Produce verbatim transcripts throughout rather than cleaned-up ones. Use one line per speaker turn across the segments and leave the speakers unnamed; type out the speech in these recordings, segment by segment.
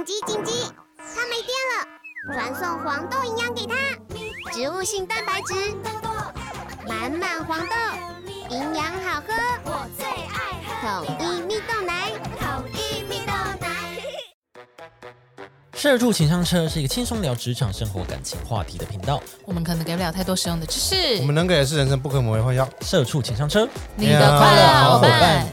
紧急紧急，它没电了，传送黄豆营养给它，植物性蛋白质，满满黄豆，营养好喝，我最爱喝统一蜜豆奶，统一蜜豆奶。
社畜情商车是一个轻松聊职场、生活、感情话题的频道。
我们可能给不了太多实用的知识，
我们能给的是人生不可磨灭幻药。
社畜情商车，
你的快乐好伙伴。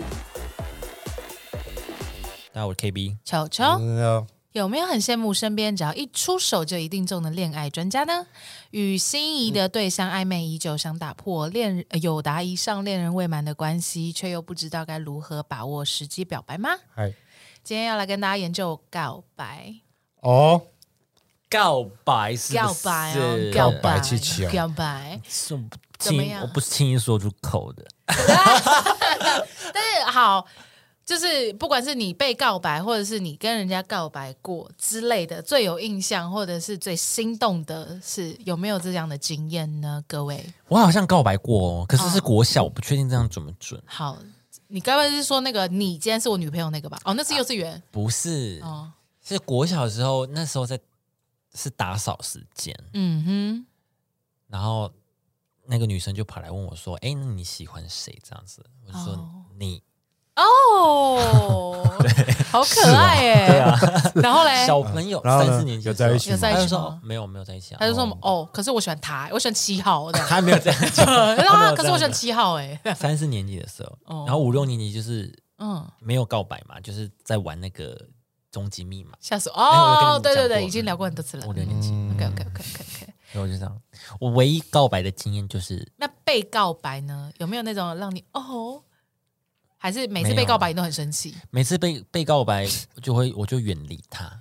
大家好，我是 K B
球球。有没有很羡慕身边只要一出手就一定中的恋爱专家呢？与心仪的对象暧昧已久，想打破恋有达以上恋人未满的关系，却又不知道该如何把握时机表白吗？
嗨，
今天要来跟大家研究告白
哦，
告白是不是
告白哦，
告白气气哦
告白
是不
怎么样
轻我不是轻易说出口的。
但是好，就是不管是你被告白，或者是你跟人家告白过之类的，最有印象或者是最心动的是有没有这样的经验呢？各位，
我好像告白过哦，可是是国小，我不确定这样准不准。
好，你该不会是说那个你今天是我女朋友那个吧？哦，那是幼稚园，
不是，
哦，
是国小的时候，那时候在是打扫时间，
嗯哼，
然后那个女生就跑来问我说：“哎，那你喜欢谁？”这样子，我就说：“
哦
你。”
哦，好可爱耶！
对啊，
然后嘞，
小朋友
然后呢
三四年级
有在一起吗
有在一起吗
他就说没有没有在一起啊，
他就说哦，可是我喜欢他，我喜欢七号的，
还没有这样讲。
然后
他没有这样
可是我喜欢七号哎，
三四年级的时候，
哦
然后五六年级就是
嗯，
没有告白嘛，就是在玩那个终极密码。
吓死我
哎我有跟你
哦！
们
对对对，
讲过
已经聊过很多次了。
五六年级，
嗯
OK OK OK OK OK。
然后就这样。我唯一告白的经验就是
那被告白呢？有没有那种让你哦？还是每次
没有
被告白你都很生气
每次被被告白，就会我就远离他。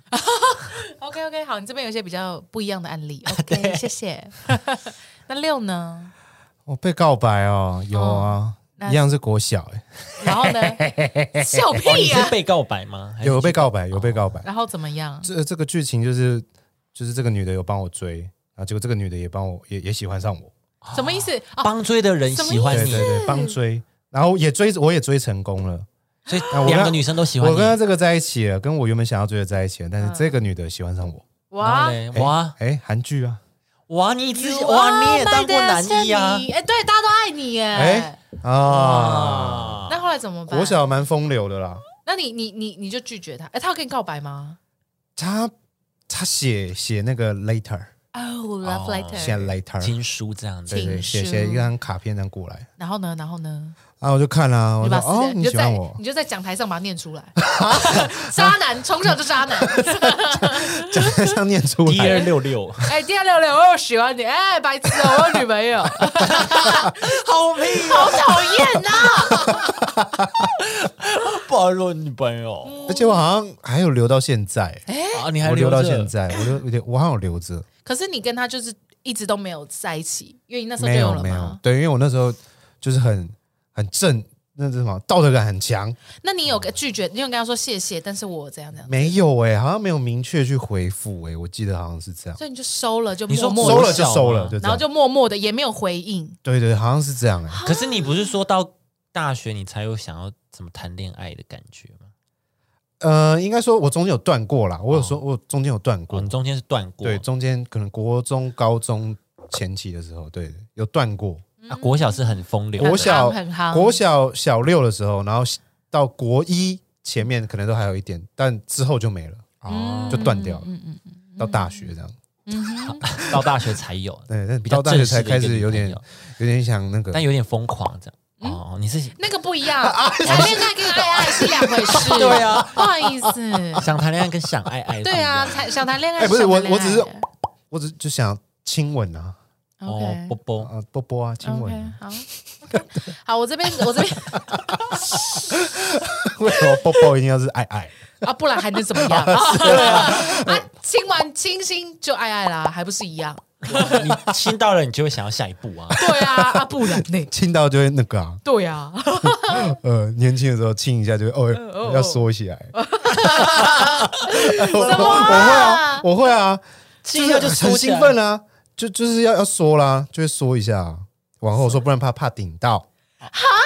？OK OK， 好，你这边有一些比较不一样的案例。OK， 谢谢。那六呢？
我被告白哦，有啊，
那
一样是国小哎，
然后呢？笑
哦，你
屁呀、
是被告白吗？还是
有被告白，有被告白。
然后怎么样？
这这个剧情就是就是这个女的有帮我追，然后结果这个女的也帮我也也喜欢上我，
什么意思？哦，
帮追的人喜欢你，
对对对，帮追，然后也追我也追成功了。
所以
啊我跟
两个女生都喜欢你。
我跟她这个在一起了，跟我原本想要追的在一起了，但是
嗯
这个女的喜欢上我。
哇
然后嘞哇
哎，韩剧啊，
哇，你自己
You
哇，你
are
也当过
my
男一啊？
destiny 哎，对，大家都爱你耶。
哎啊，
啊，
那后来怎么办？
国小蛮风流的啦。
那你你你你就拒绝他？哎，他要跟你告白吗
他他写写那个 later，
？Oh, love
哦
letter。
写 later，
情书这样子
对。对，写
情书
写一张卡片这样过来，
然后呢？然后呢？
然后我就看啦，我
你
说哦，
把四个，就在
你喜欢我，
你就在讲台上把它念出来。渣男，从小就渣男。
这样念出
D 二
来，
六六，
哎，第二六六，我有喜欢你。哎，白痴哦，我有女朋友，
好屁
好讨厌呐！
不好说女朋友
而且我好像还有留到现在，
啊，你还
我留到
着
现在，我留留我好像有留着，
可是你跟他就是一直都没有在一起，因为你那时候就
没
有了
有没有
吗？，
对，因为我那时候就是很很正，那是什么道德感很强，
那你有个拒绝，你有跟他说谢谢，但是我这样这样，
没有哎，好像没有明确去回复哎，我记得好像是这样，
所以你就收了，就
你说
默默的
收了就
小
收了，
吗
就这样，
然后就默默的也没有回应。
对对，好像是这样哎，
可是你不是说到大学你才有想要怎么谈恋爱的感觉吗？
呃，应该说我中间有断过啦，我有说我中间有断过
哦，你，中间是断过，
对，中间可能国中、高中前期的时候，对，有断过。
啊，国小是很风流的，
国小
很夯
国小小六的时候，然后到国一前面可能都还有一点，但之后就没了，
哦，
就断掉了。
嗯嗯嗯
到大学这样，
嗯哼，
到大学才有，
对，但
比较
到大学才开
正式的一个
始有点
女朋友
有点想那个
但，有点疯狂这样。哦，你是
那个不一样，谈恋爱跟爱爱是两回事。
对啊，
不好意思，
想谈恋爱跟想爱爱
对啊，
不一样
谈想谈恋爱
哎，不是我
想谈恋爱
我只是我只就想亲吻啊，
哦，
OK
波波
啊，啵啵啊，亲吻
OK
啊。
好 OK 好，我这边我这边
为什么啵啵一定要是爱爱？
啊，不然还能怎么样？对啊，啊，亲完亲亲就爱爱啦，还不是一样？
你亲到了，你就会想要下一步啊。
对啊，啊，不然呢？
亲到就会那个啊，
对啊，
呃，年轻的时候亲一下就会哦
哦
要缩起来。
什么
我会啊，我会啊，
亲一下就
很
缩起来
兴奋啊，就就是要要缩啦，就会缩一下，往后缩，不然怕怕顶到。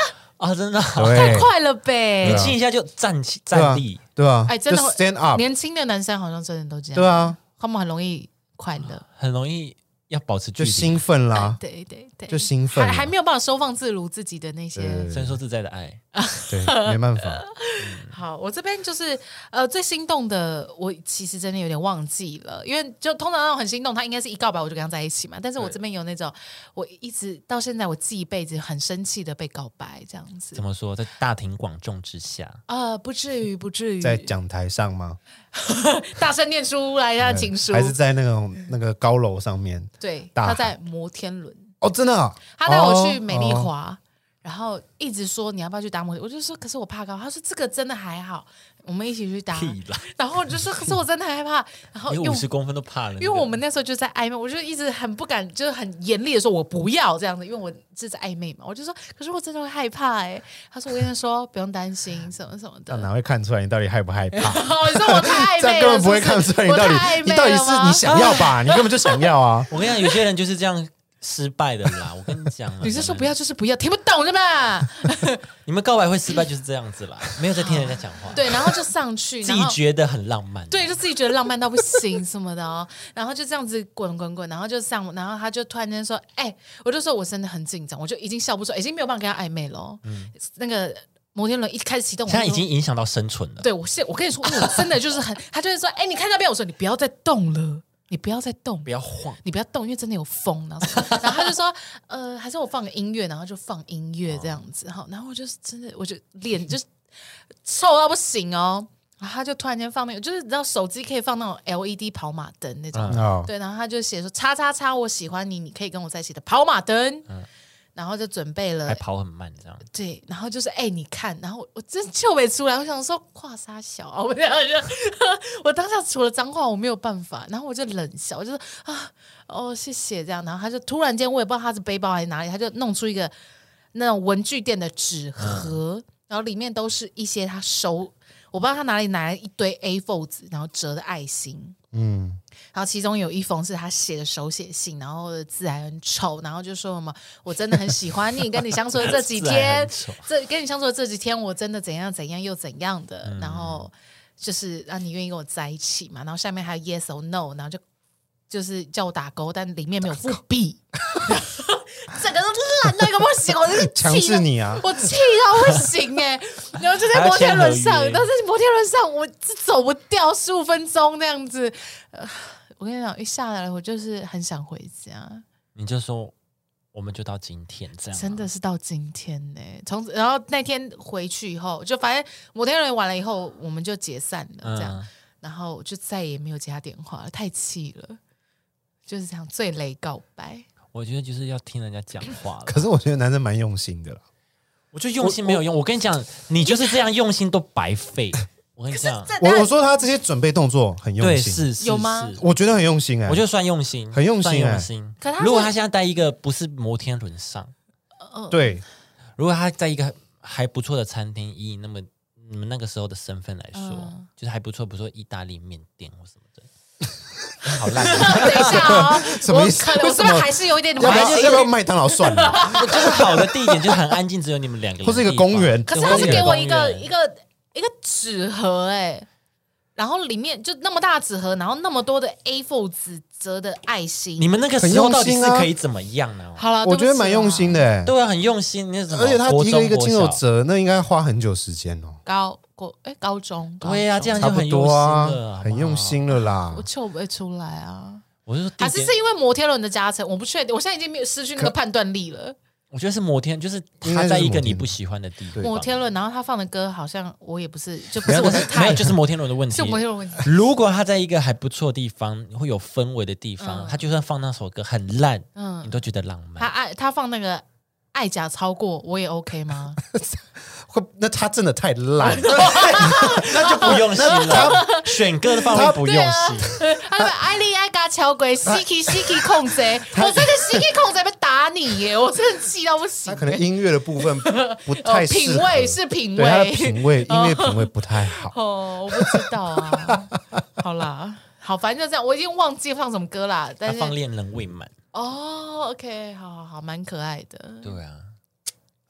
啊，真的
太快了呗！
年轻一下就站起站立，
对啊，
哎，真的
stand up。
年轻的男生好像真的都这样，
对啊，
他们很容易快乐，
很容易要保持距离，
就兴奋啦，
对对对，
就兴奋，
还还没有办法收放自如自己的那些。
伸缩自在的爱，
对，没办法。
好，我这边就是呃最心动的，我其实真的有点忘记了，因为就通常那种很心动，他应该是一告白我就跟他在一起嘛。但是我这边有那种，我一直到现在我记一辈子很生气的被告白这样子。
怎么说？在大庭广众之下，
呃，不至于，不至于，
在讲台上吗？
大声念出来他的情书，
还是在那种那个高楼上面？
对，
大
他在摩天轮
哦，真的啊，
他带我去美丽
哦
华。然后一直说你要不要去搭摩天，我就说可是我怕高。他说这个真的还好，我们一起去搭。然后我就说可是我真的害怕。然后
因为五十公分都怕了，
因为我们那时候就在暧昧，我就一直很不敢，就是很严厉的说我不要这样子，因为我是在暧昧嘛。我就说可是我真的会害怕哎、欸。他说我跟他说不用担心什么什么的。
哪会看出来你到底害不害怕？
哦，你说我太暧昧了，
这样根本不会看出来你到底你到底是你想要吧？你根本就想要啊！
我跟你讲，有些人就是这样。失败的啦，我跟你讲，
你是说不要就是不要，听不懂的吧？
你们告白会失败就是这样子啦，没有在听人家讲话。
对，然后就上去，
自己觉得很浪漫，
对，就自己觉得浪漫到不行什么的哦。然后就这样子滚滚滚，然后就上，然后他就突然间说：“哎、欸，我就说我真的很紧张，我就已经笑不出来，已经没有办法跟他暧昧了。嗯，那个摩天轮一开始启动，
现在已经影响到生存了。
对我现我跟你说，我真的就是很，他就会说：哎、欸，你看那边，我说你不要再动了。”你不要再动，
不要晃，
你不要动，因为真的有风。然后，然后他就说，呃，还是我放个音乐，然后就放音乐这样子。好，然后我就真的，我就脸就是臭到不行哦。然后他就突然间放那个，就是你知道手机可以放那种 L E D 跑马灯那种，
嗯、
对。然后他就写说，叉叉叉，我喜欢你，你可以跟我在一起的跑马灯。嗯然后就准备了，
还跑很慢这样。
对，然后就是哎、欸，你看，然后我我真就没出来，我想说跨沙小啊，我这样就，我当下除了脏话我没有办法，然后我就冷笑，我就说啊哦谢谢这样，然后他就突然间我也不知道他是背包还是哪里，他就弄出一个那种文具店的纸盒，嗯、然后里面都是一些他收，我不知道他哪里拿了一堆 A 四 纸，然后折的爱心，嗯。然后其中有一封是他写的手写信，然后字还很丑，然后就说什么我真的很喜欢你，跟你相处的这几天，这跟你相处的这几天，我真的怎样怎样又怎样的，嗯、然后就是让、啊、你愿意跟我在一起嘛，然后下面还有 yes or no， 然后就就是叫我打勾，但里面没有附笔，整个都烂到一个不行，我就是
强制你啊，
我气到不行哎、欸，然后就在摩天轮上，但是摩天轮上我是走不掉十五分钟那样子。呃我跟你讲，一下来我就是很想回家。
你就说，我们就到今天这样、啊，
真的是到今天呢、欸。從然後那天回去以後，就反正摩天輪完了以後，我們就解散了，這樣，嗯、然後就再也沒有接他電話了，太氣了。就是這樣，最雷告白。
我覺得就是要聽人家講話了。
可是我覺得男生蠻用心的啦。
我覺得用心沒有用。我, 我跟你講，你就是這樣用心都白費。我跟你講，
我我說他這些準備動作很用心，
對，是是
有嗎？
我覺得很用心哎、欸，
我覺得算用心，
很用心哎、欸。
用心如果他現在在一個不是摩天輪上，
呃、
對，
如果他在一個還不錯的餐廳，以那麼你們那個時候的身份來說，呃、就是還不錯，比如說意大利麵店或什麼的，好爛。
等一下哦，
什麼意思？
我這邊還是有一點，
要不要要不要麥當勞算了？
就是好的地點，就是很安靜，只有你們兩個人，
或是一個公園。
可是他是給我一個一個一個紙盒哎、欸。然後裡面就那麼大紙盒，然後那麼多的 A 四 紙折的愛心。
你們那個時候到底是可以怎麼樣呢？
好了，
我覺得蠻用心的、欸，
對啊，很用心。那什麼？
而且他一個一個親手折，那應該花很久時間哦。
高國哎，高中。
對啊，這樣就很用心了，
很用心了啦。
我就不會出來啊。
我就說，
還是是因為摩天輪的加成，我不確定。我現在已經沒有失去那個判斷力了。
我覺得是摩天，就是他在一個你不喜歡的地方。
摩天輪，然後他放的歌好像我也不是，就不是我的菜，
沒有，就是摩天輪的問題。
是摩天輪問題。
如果他在一個還不錯的地方，會有氛圍的地方，嗯、他就算放那首歌很爛，嗯，你都覺得浪漫。
他愛他放那個愛甲超過，我也 OK 嗎？
那他真的太爛，
那就不用心了。選歌的方面不用心。
他說愛你愛甲超過 ，Siki Siki 控制，我真的 Siki 控制被打你耶，我真的氣到不行。
他可能音樂的部分不太適合，
品味是品味，
對他的品味音樂品味不太好。
哦，我不知道啊。好啦，好，反正就這樣，我已經忘記放什麼歌啦。但是
他放戀人未滿。
哦 ，OK， 好好好，蠻可愛的。
對啊。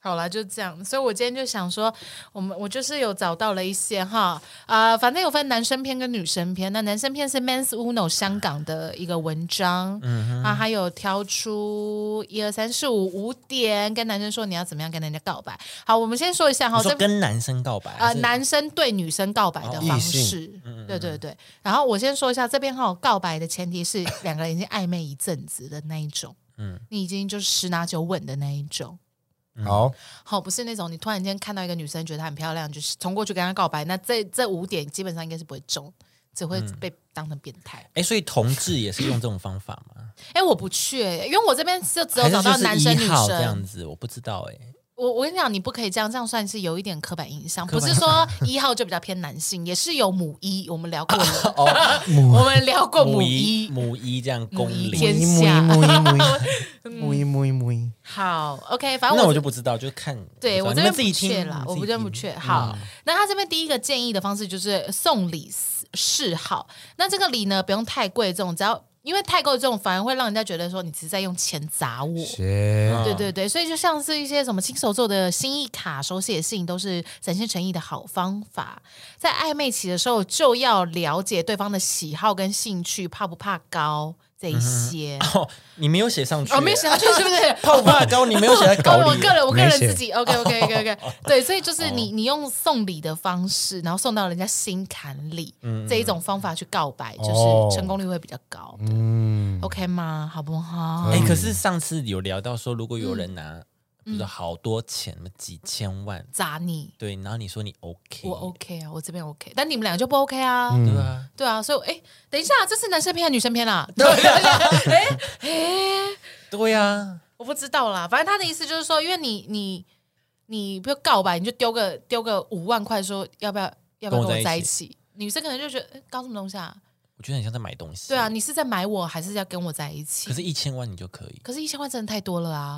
好啦，就这样。所以我今天就想说，我们我就是有找到了一些哈，呃，反正有分男生篇跟女生篇。那男生篇是 Men's Uno 香港的一个文章，嗯，啊，还有挑出一二三四五五点，跟男生说你要怎么样跟人家告白。好，我们先说一下哈，
你说跟男生告白，
呃，男生对女生告白的方式，哦、对对对。然后我先说一下，这边哈告白的前提是两个人已经暧昧一阵子的那一种，嗯，你已经就是十拿九稳的那一种。
好
好，不是那种你突然间看到一个女生觉得她很漂亮，就是冲过去跟她告白，那这这五点基本上应该是不会中，只会被当成变态。
哎、嗯，所以同志也是用这种方法吗？
哎，我不确，因为我这边就只有找到男生女生
这样子，我不知道哎。
我我跟你讲，你不可以这样，这样算是有一点刻板印象。不是说一号就比较偏男性，也是有母一，我们聊过了。哦，我们聊过母一，
母一这样公领
天下，
母一母一母一母一母一。
好 ，OK， 反正
那我就不知道，就看。
对我这边不确
啦，
我不真不确。好，那他这边第一个建议的方式就是送礼示好。那这个礼呢，不用太贵重，只要。因为太贵这种反而会让人家觉得说你只是在用钱砸我，对对对，所以就像是一些什么亲手做的心意卡、手写信，都是展现诚意的好方法。在暧昧期的时候，就要了解对方的喜好跟兴趣，怕不怕高这一些。
嗯、哦，你没有写上去，
哦，没有写上去，是不是？
怕不怕高？你没有写在稿里。
哦、我个人，我个人自己 ，OK OK OK OK， 对，所以就是你你用送礼的方式，然后送到人家心坎里、嗯、这一种方法去告白，就是成功率会比较高的。嗯 ，OK 吗？好不好？
哎、欸，可是上次有聊到说，如果有人拿。嗯比如说好多钱，几千万
砸你，
对，然后你说你 OK，
我 OK 啊，我这边 OK， 但你们俩就不 OK 啊，
嗯、对啊，
对啊，所以哎，等一下，这是男生篇还是女生篇啦？对啊，哎哎，
对啊，
我不知道啦，反正他的意思就是说，因为你你你不要告白，你就丢个丢个五万块，说要不要要不要跟我在一起？女生可能就觉得，哎，搞什么东西啊？
我觉得很像在买东西。
对啊，你是在买我，还是要跟我在一起？
可是，一千万你就可以。
可是，一千万真的太多了啊！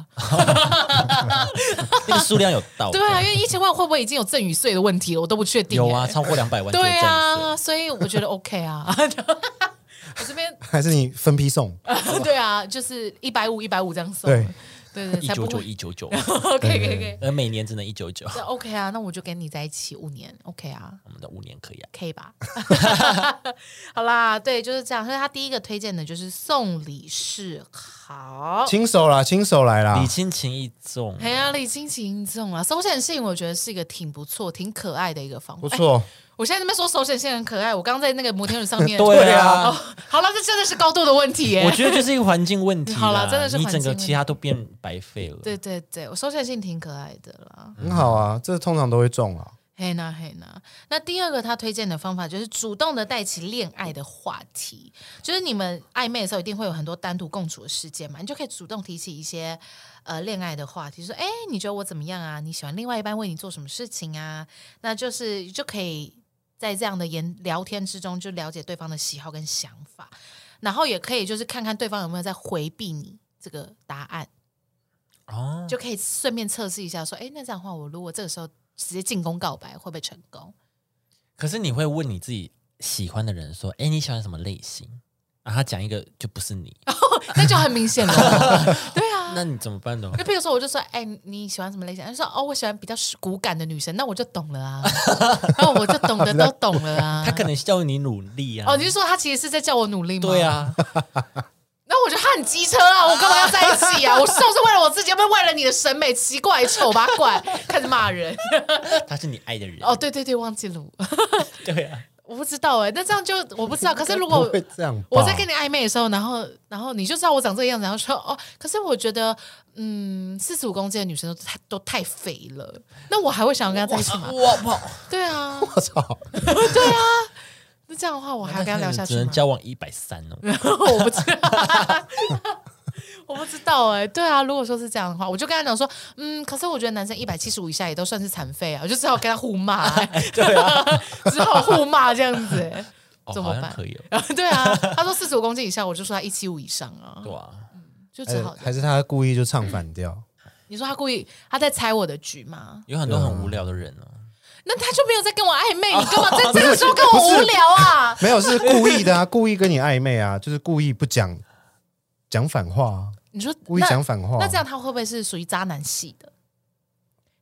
那个数量有到。
对啊，因为一千万会不会已经有赠与税的问题了？我都不确定。
有啊，超过两百万。
对啊，所以我觉得 OK 啊。我这边
还是你分批送。
对啊，就是一百五、一百五这样送。
对。
对对，
一九九一九九
，OK OK OK，
而每年只能一九九
，OK 啊，那我就跟你在一起五年 ，OK 啊，
我们的五年可以啊，
可以吧？好啦，对，就是这样。所以他第一个推荐的就是送礼示好，
亲手啦，亲手来啦，
礼轻情意重，
哎呀，礼轻情意重啊，手写信我觉得是一个挺不错、挺可爱的一个方法，
不错。
我现在在那边说手写信很可爱，我刚刚在那个摩天轮上面。
对啊、
哦，好了，这真的是高度的问题耶。
我觉得就是一个环境问题。
好了，真的是
你整个其他都变白费了。
对对对，我手写信挺可爱的啦，
很好啊，这通常都会中啊。
嘿呐嘿呐，那第二个他推荐的方法就是主动的带起恋爱的话题，就是你们暧昧的时候一定会有很多单独共处的时间嘛，你就可以主动提起一些呃恋爱的话题，说哎，你觉得我怎么样啊？你喜欢另外一半为你做什么事情啊？那就是就可以。在这样的言聊天之中，就了解对方的喜好跟想法，然后也可以就是看看对方有没有在回避你这个答案，哦，就可以顺便测试一下，说，哎，那这样的话，我如果这个时候直接进攻告白，会不会成功？
可是你会问你自己喜欢的人说，哎，你喜欢什么类型？啊，他讲一个就不是你，
哦、那就很明显了。对啊，
那你怎么办呢？
就比如说，我就说，哎，你喜欢什么类型？他说，哦，我喜欢比较骨感的女生，那我就懂了啊。然后我就懂得都懂了啊。
他可能叫你努力啊。
哦，你是说他其实是在叫我努力吗？
对啊。
那我觉得他很机车啊！我干嘛要在一起啊？我是不是为了我自己，要不是为了你的审美？奇怪，丑八怪，开始骂人。
他是你爱的人。
哦，对对对，忘记了。
对啊。
我不知道哎、欸，那这样就我不知道。可是如果
会这样，
我在跟你暧昧的时候，然后然后你就知道我长这个样子，然后说哦，可是我觉得嗯，四十五公斤的女生都太都太肥了，那我还会想要跟她在一起吗？
我操！
对啊，
我操！
对啊，那这样的话我还要跟她聊下去吗？
只能交往一百三哦。
我不知道。我不知道哎、欸，对啊，如果说是这样的话，我就跟他讲说，嗯，可是我觉得男生一百七十五以下也都算是残废啊，我就只好跟他互骂、欸，
对啊，
只好互骂这样子、欸，
哦、
怎么办？
可以
哦，对啊，他说四十五公斤以下，我就说他一七五以上啊，
对啊，
嗯、就只好、
欸、还是他故意就唱反调、
嗯？你说他故意他在猜我的局吗？
有很多很无聊的人哦。
那他就没有在跟我暧昧，你干嘛在这个时候跟我无聊啊？
没有，是故意的啊，故意跟你暧昧啊，就是故意不讲讲反话啊。
你说
故意讲反话，
那这样他会不会是属于渣男系的？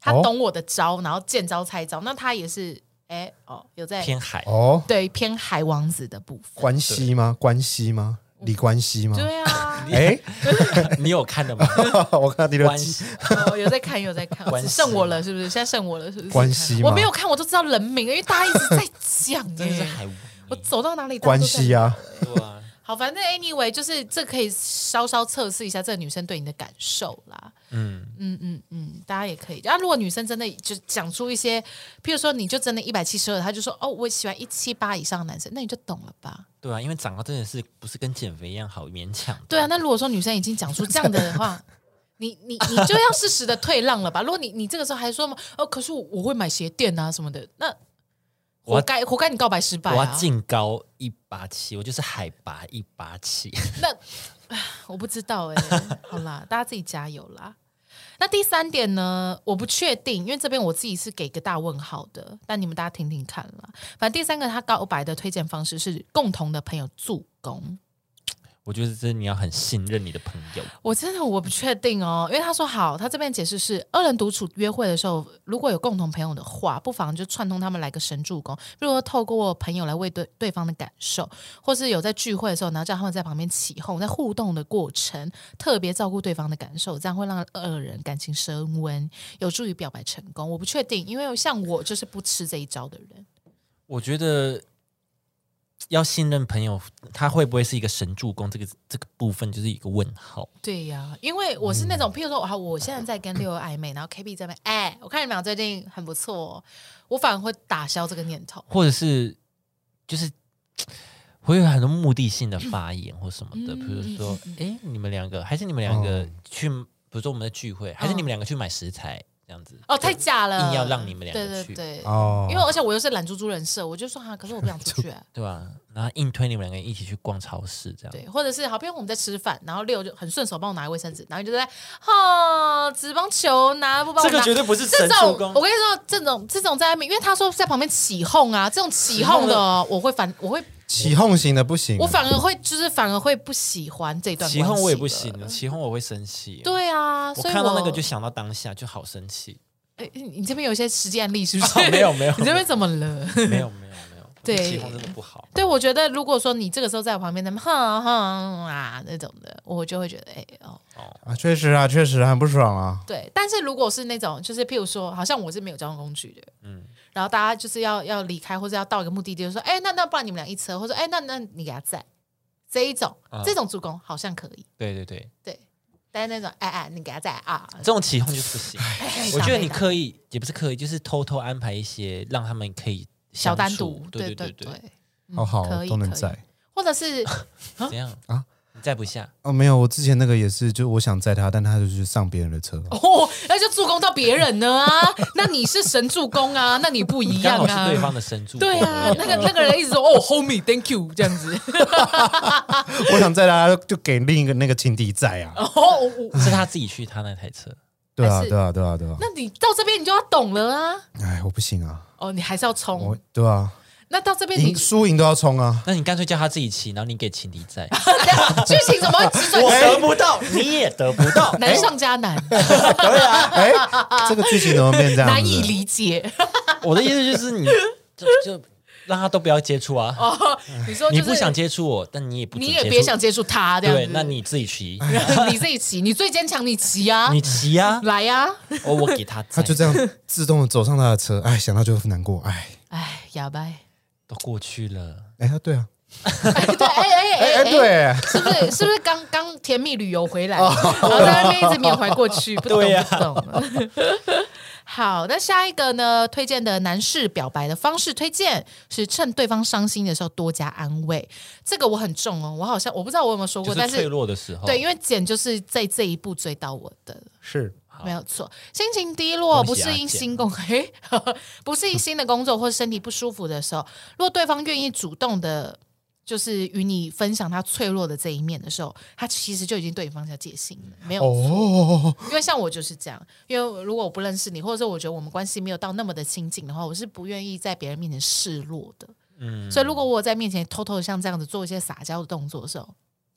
他懂我的招，然后见招拆招，那他也是哎哦有在
偏海
哦，
对偏海王子的部分，
关系吗？关系吗？李关系吗？
对啊，
哎，
你有看的吗？
我看到第六集
关系
哦有在看有在看，
关系
只剩我了是不是？现在剩我了是不是？
关系吗？
我没有看，我都知道人名，因为大家一直在讲，
真的是海无
我走到哪里
关系啊，
对啊，
好，反正 anyway 就是这可以稍稍测试一下这个女生对你的感受啦。
嗯
嗯嗯嗯，大家也可以。啊，如果女生真的就讲出一些，譬如说你就真的一百七十二，她就说哦，我喜欢一七八以上的男生，那你就懂了吧？
对啊，因为长得真的是不是跟减肥一样好勉强。
对啊，那如果说女生已经讲出这样的话，你你你就要适时的退让了吧？如果你你这个时候还说哦，可是我我会买鞋垫啊什么的，那活该活该你告白失败、啊。
我要净高一八七，我就是海拔一八七。
那我不知道哎、欸，好啦，大家自己加油啦。那第三点呢，我不确定，因为这边我自己是给个大问号的，但你们大家听听看啦。反正第三个他告白的推荐方式是共同的朋友助攻。
我觉得这你要很信任你的朋友。
我真的我不确定哦，因为他说好，他这边解释是二人独处约会的时候，如果有共同朋友的话，不妨就串通他们来个神助攻，比如说透过朋友来为对对方的感受，或是有在聚会的时候，然后叫他们在旁边起哄，在互动的过程特别照顾对方的感受，这样会让二人感情升温，有助于表白成功。我不确定，因为像我就是不吃这一招的人。
我觉得要信任朋友，他会不会是一个神助攻？这个这个部分就是一个问号。
对呀、啊，因为我是那种，譬如说，好，我现在在跟六二暧昧，然后 K B 这边，哎，我看你们俩最近很不错、哦，我反而会打消这个念头，
或者是就是会有很多目的性的发言或什么的，
嗯
比如说，哎，你们两个还是你们两个
哦
去，比如说我们的聚会，还是你们两个去买食材这样子。
哦，太假了，
硬要让你们两个去
对对对，
哦，
因为而且我又是懒猪猪人设，我就说哈，可是我不想出去、啊，
对吧？然后硬推你们两个人一起去逛超市，这样。
对，或者是好，比如我们在吃饭，然后六就很顺手帮我拿卫生纸，然后你就在哈，只帮球拿不帮我拿，
这个绝对不是
这
神助
种，
攻
我跟你说，这种这种在外面，因为他说在旁边起哄啊，这种起哄的哦，我会反，我会
起哄型的不行，
我反而会就是反而会不喜欢这段关系了。
起哄我也不行了，起哄我会生气。
对啊，
我
所以
看到那个就想到当下就好生气。
哎，你这边有一些实际案例是不是？
哦没有没有
你这边怎么了？
没有没有没有，
对
起哄真的不好。
对，我觉得如果说你这个时候在我旁边，那么哼哼啊那种的，我就会觉得哎哦
啊，确实啊，确实很不爽啊。
对。但是如果是那种就是譬如说，好像我是没有交通工具的，嗯，然后大家就是要要离开或者要到一个目的地，就说哎那那不然你们俩一车，或者哎那那你给他载这一种、
啊
这种助攻好像可以，
对对对，
对。但是那种哎哎你给他载啊，
这种起哄就是不行。
哎
我觉得你
打
刻意也不是刻意，就是偷偷安排一些让他们可以
小单
相处
独，
对
对
对
对，嗯
好好
可以可以
都能在
或者是
怎样
啊
啊？你载不下，
哦，没有，我之前那个也是，就我想载他，但他就去上别人的车。
哦，那就助攻到别人了啊！那你是神助攻啊，那你不一样啊。
刚好是对方的神助攻。
对啊，那个那个人一直说哦，homie，thank you 这样子。
我想载他，就给另一个那个情敌载啊。
哦，我我
是他自己去他那台车。
对啊，
还是
对啊，对啊，对啊。
那你到这边你就要懂了啊。
哎，我不行啊，
哦，你还是要
我
冲。
对啊，
那到这边你
赢输赢都要冲啊。
那你干脆叫他自己骑，然后你给情敌载。
剧情怎么会直
我
转
得不到，你也得不到。
难上加难，
哎，这个剧情怎么变这样子？
难以理解。
我的意思就是你就就让他都不要接触啊。
哦，你说就是
你不想接触我，但你也不准
你也
接触
别想接触他这样
对，
子。
那你自己骑，
你自己骑，你最坚强，你骑啊，
你骑啊，
来呀。
哦，我给他载，
他就这样自动的走上他的车，哎，想到就难过，哎，
哎，哑巴。
都过去了。
哎，对啊，
哎，对，哎哎
哎哎，对，
是不是是不是刚刚甜蜜旅游回来，然后在那边一直缅怀过去，不懂
对呀
不懂。好，那下一个呢？推荐的男士表白的方式推荐是趁对方伤心的时候多加安慰。这个我很重哦，我好像我不知道我有没有说过，但是
就是脆弱的时候，
对，因为简就是在这一步追到我的。
是
没有错，心情低落，不
恭喜阿
适应
简
新工，嘿，不适应新的工作或身体不舒服的时候，如果对方愿意主动的，就是与你分享他脆弱的这一面的时候，他其实就已经对你放下戒心了，没有错。
哦，
因为像我就是这样，因为如果我不认识你，或者说我觉得我们关系没有到那么的亲近的话，我是不愿意在别人面前示弱的。
嗯，
所以如果我在面前偷偷的像这样子做一些撒娇的动作的时候，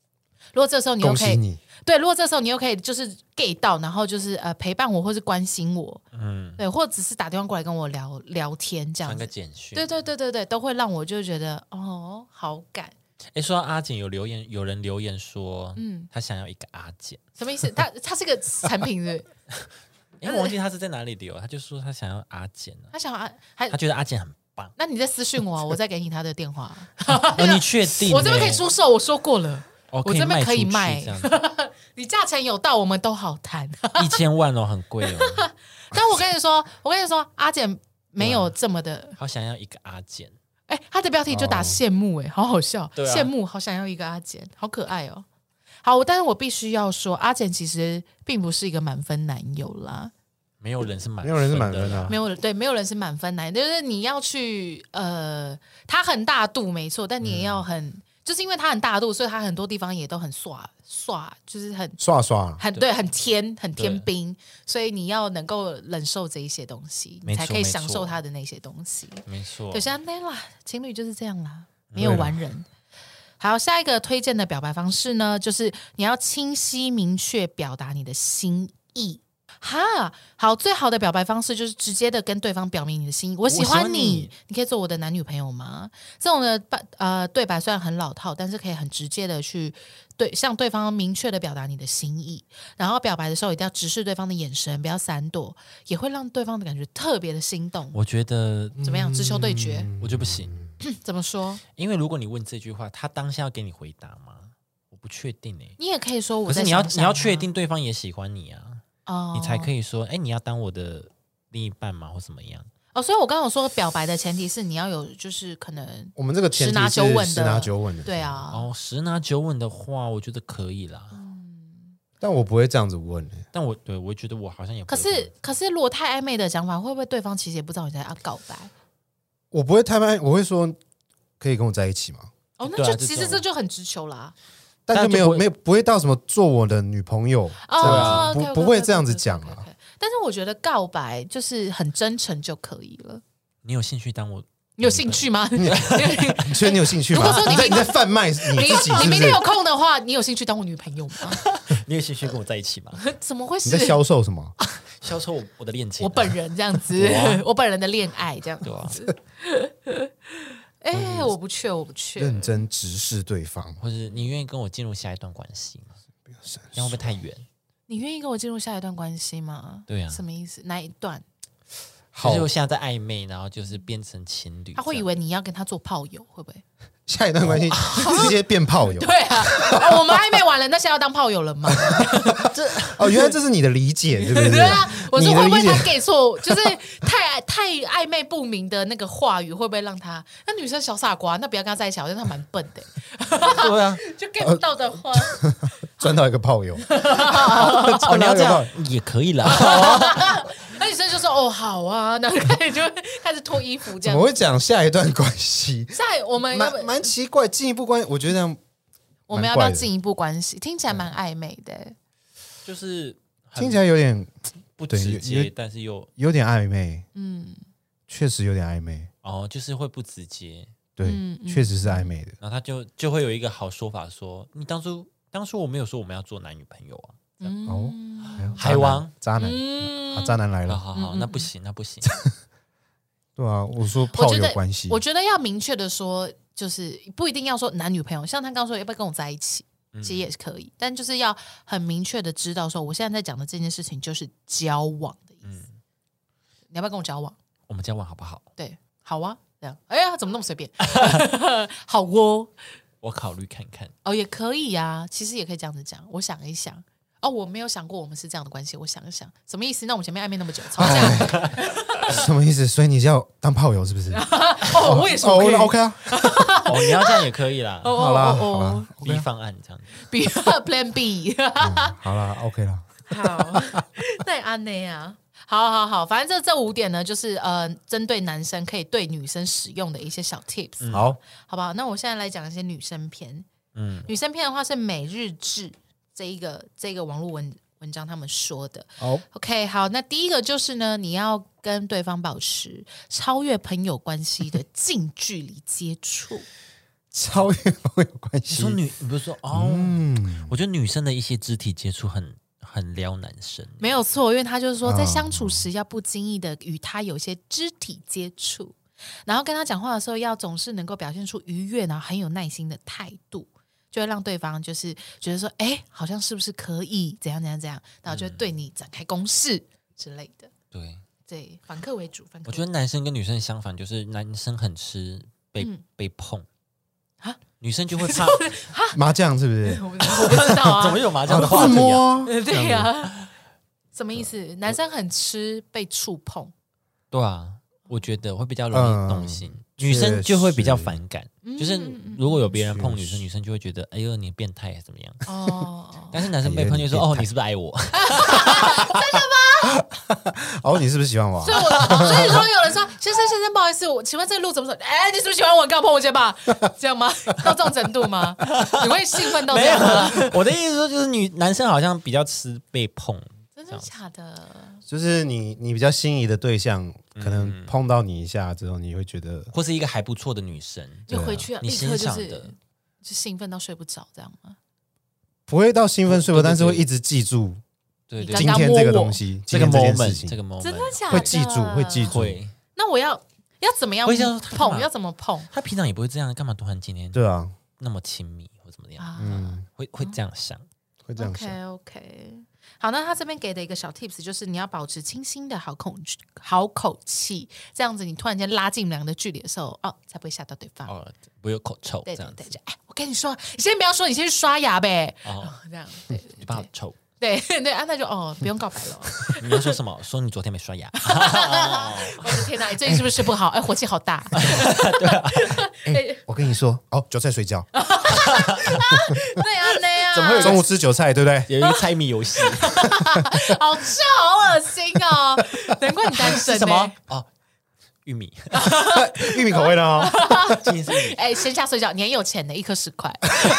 如果这时候你又可以，
恭喜你，
对，如果这时候你又可以就是 get 到，然后就是呃陪伴我或是关心我，嗯，对，或者只是打电话过来跟我聊聊天这样子，
传个简讯，
对对对对对，都会让我就觉得哦好感。
哎，说到阿简，有留言，有人留言说，嗯，他想要一个阿简，
什么意思？他他是个产品是不是？
因为我忘记他是在哪里留，他就说他想要阿简啊，
他想要还
他觉得阿简很棒。
那你再私讯我、啊，我再给你他的电话。
哦，你确定？
我这边可以出售，我说过了，
哦、
我这边可以卖。
这样子
你价钱有到，我们都好谈。
一千万哦，很贵哦。
但我跟你说，我跟你说，阿简没有这么的，
好想要一个阿简。
哎，他的标题就打羡慕、欸，哎、哦，好好笑，
啊、
羡慕，好想要一个阿简，好可爱哦。好，但是我必须要说，阿简其实并不是一个满分男友啦。
没有人是满分，
没有人是满分的、啊，
没有对，没有人是满分男，就是你要去呃，他很大度没错，但你也要很，嗯、就是因为他很大度，所以他很多地方也都很刷刷，就是很
刷刷，
很对，很天很天兵，所以你要能够忍受这一些东西，你才可以享受他的那些东西。
没错，
对，像那啦，情侣就是这样啦，没有完人。好，下一个推荐的表白方式呢，就是你要清晰明确表达你的心意。哈，好，最好的表白方式就是直接的跟对方表明你的心意，我喜欢你，你, 你可以做我的男女朋友吗？这种的呃对白虽然很老套，但是可以很直接的去对向对方明确的表达你的心意。然后表白的时候一定要直视对方的眼神，不要闪躲，也会让对方的感觉特别的心动。
我觉得
怎么样？直球对决，
我觉得不行。
怎么说？
因为如果你问这句话，他当下要给你回答吗？我不确定哎、欸。
你也可以说我在
想想，可是你要你要确定
啊
对方也喜欢你啊。哦、你才可以说，哎，你要当我的另一半吗，或怎么样？
哦，所以我刚刚有说表白的前提是你要有，就是可能
我们这个前提是
十拿九稳的，
十拿九稳的，
对啊。
哦，十拿九稳的话，我觉得可以啦。
嗯，
但我不会这样子问、欸，
但我对我觉得我好像也不
可是可是如果太暧昧的讲法，会不会对方其实也不知道你在要告白？
我不会太暧昧，我会说可以跟我在一起吗？
哦，那就、啊、其实这就很直球啦。
但就没有没有不会到什么做我的女朋友
哦，
这样子，
okay, okay, okay,
不不会这样子讲啊。
但是我觉得告白就是很真诚就可以了。
你有興趣當我？
你有興趣嗎？
你覺得你有興趣嗎？如果說你在你在販賣你自己是不是，
你明天有空的話，你有興趣當我女朋友嗎？
你有興趣跟我在一起嗎？
怎麼會是？
你在銷售什麼？
銷售我我的戀情、啊，
我本人這樣子，啊、我本人的戀愛這樣子。哎、欸，我不缺，我不缺。
認真直視對方，
或者你願意跟我進入下一段關係嗎？這樣會不會太遠？
你願意跟我進入下一段關係嗎？
對啊，
什麼意思？哪一段？
就是我現在在曖昧，然後就是變成情侶。
他會以為你要跟他做炮友，會不會？
下一段關係、哦、直接變炮友？
對啊、哦，我們曖昧完了，那現在要當炮友了嗎？
這哦，原來這是你的理解，對不對？
對啊，我說會不會他給錯，就是太太曖昧不明的那個話語，會不會讓他那女生小傻瓜，那不要跟他在一起，好像他蠻笨的。
對啊，
就 get 不到的話，
賺到一個炮友，
哦，你要這樣也可以啦。
那女生就說：“哦，好啊。”然後開始就開始脫衣服，這樣。
怎麼會講下一段關係？
下我們
蠻蠻奇怪，進一步關係，我覺得這樣
我們要不要進一步關係？聽起來蠻曖昧的，
就是
聽起來有點
不直接，但是又
有點曖昧。
嗯，
確實有點曖昧。
哦，就是會不直接，
對，
嗯嗯、
確實是曖昧的。
然後他就就會有一個好說法說，說你當初當初我沒有說我們要做男女朋友啊。
嗯、
哦，
海王
渣男，
嗯、
啊，渣男來了，
好好好，那不行，那不行。
對啊，我說炮友關係，
我覺得要明確的說，就是不一定要說男女朋友，像他剛剛說要不要跟我在一起，其實也是可以，嗯、但就是要很明確的知道說，我現在在講的這件事情就是交往的意思。嗯、你要不要跟我交往？
我們交往好不好？
對，好啊，這樣。哎呀，怎麼那麼隨便？好哦，
我考慮看看。
哦，也可以呀、啊，其實也可以這樣子講。我想一想。哦，我沒有想過我們是這樣的關係，我想一想，什麼意思？那我們前面曖昧那麼久，吵架，
什麼意思？所以你就要當炮友是不是？
哦，我也說 OK，
哦 OK 啊，
哦，你要這樣也可以啦。
哦、
好啦，
哦、
好啦
，B 方案這樣子
，B Plan B，、
嗯、好啦 OK 啦，
好，那安內啊，好好好，反正這這五點呢，就是呃，針對男生可以對女生使用的一些小 tips，、
嗯、好，
好不好？那我現在來講一些女生篇，
嗯，
女生篇的話是每日誌。這一個這個網絡文文章他們說的，
好
，OK， 好，那第一個就是呢，你要跟對方保持超越朋友關係的近距離接觸。
超越风有关系。
你说女，不是说哦、
嗯，
我觉得女生的一些肢体接触很很撩男生，
没有错，因为他就是说，在相处时要不经意的与他有一些肢体接触，然后跟他讲话的时候要总是能够表现出愉悦，然后很有耐心的态度，就会让对方就是觉得说，哎，好像是不是可以怎样怎样怎样，然后就会对你展开攻势之类的。
对，
对，反客为主。反客为主
我觉得男生跟女生相反，就是男生很吃被、
嗯
被碰
啊，
女生就会怕
麻将是不是？
我不我不知道啊，
怎么有麻将的
互
话题啊？
摸，
对呀、啊，什么意思？男生很吃被触碰，
对啊，我觉得会比较容易动心，
嗯
女生就会比较
确实
反感。
嗯
就是如果有别人碰女生，
确实
女生就会觉得哎呦你变态还是怎么样？
哦，
但是男生被碰就说哦你是不是爱我？
哦，你是不是喜欢我啊？
所以我所以说有人说先生先生不好意思，我请问这个路怎么走？哎，你是不是喜欢我？干嘛碰我肩膀？这样吗？到这种程度吗？你会兴奋到这
没有
样吗？
啊，我的意思说就是女男生好像比较吃被碰，
真的假的？
就是你你比较心仪的对象，可能碰到你一下之后，你会觉得
或是一个还不错的女生，
就回去
你
立刻就是
欣赏的，
就兴奋到睡不着，这样吗？
不会到兴奋睡不，
对对对
但是会一直记住
对对
你刚刚
今天这个东西，
这个
今天这件事
moment
情
这个 moment
真的假的？
会记住，会记住。
会，
那我要要怎么样
会这样他干嘛
碰？要怎么碰
他平常也不会这样，干嘛突然今天
对啊，
那么亲密或怎么样？
啊？
嗯，
会会这样想，
会这样想。
OK OK，好，那他这边给的一个小 tips 就是你要保持清新的好口好口气，这样子你突然间拉近你们俩的距离的时候，哦，才不会吓到对方。
哦，不会有口臭
对对对，
这样子，
就哎，我跟你说，你先不要说，你先去刷牙呗。
哦，
哦，这样，对对
你怕我臭。
对对对啊，那就哦，不用告白了。
你要说什么？说你昨天没刷牙。
我的天哪，你最近是不是睡不好？哎，火气好大。
哎，我跟你说，哦，韭菜水饺，
对啊，那样
怎么会有
中午吃韭菜，对不对？
有一个猜谜游戏，
好臭，好恶心哦！难怪你单身呢
是什么？哦，玉米，
玉米口味的哦。
今天是玉米。
哎，先下水饺，你很有钱的，一颗十块。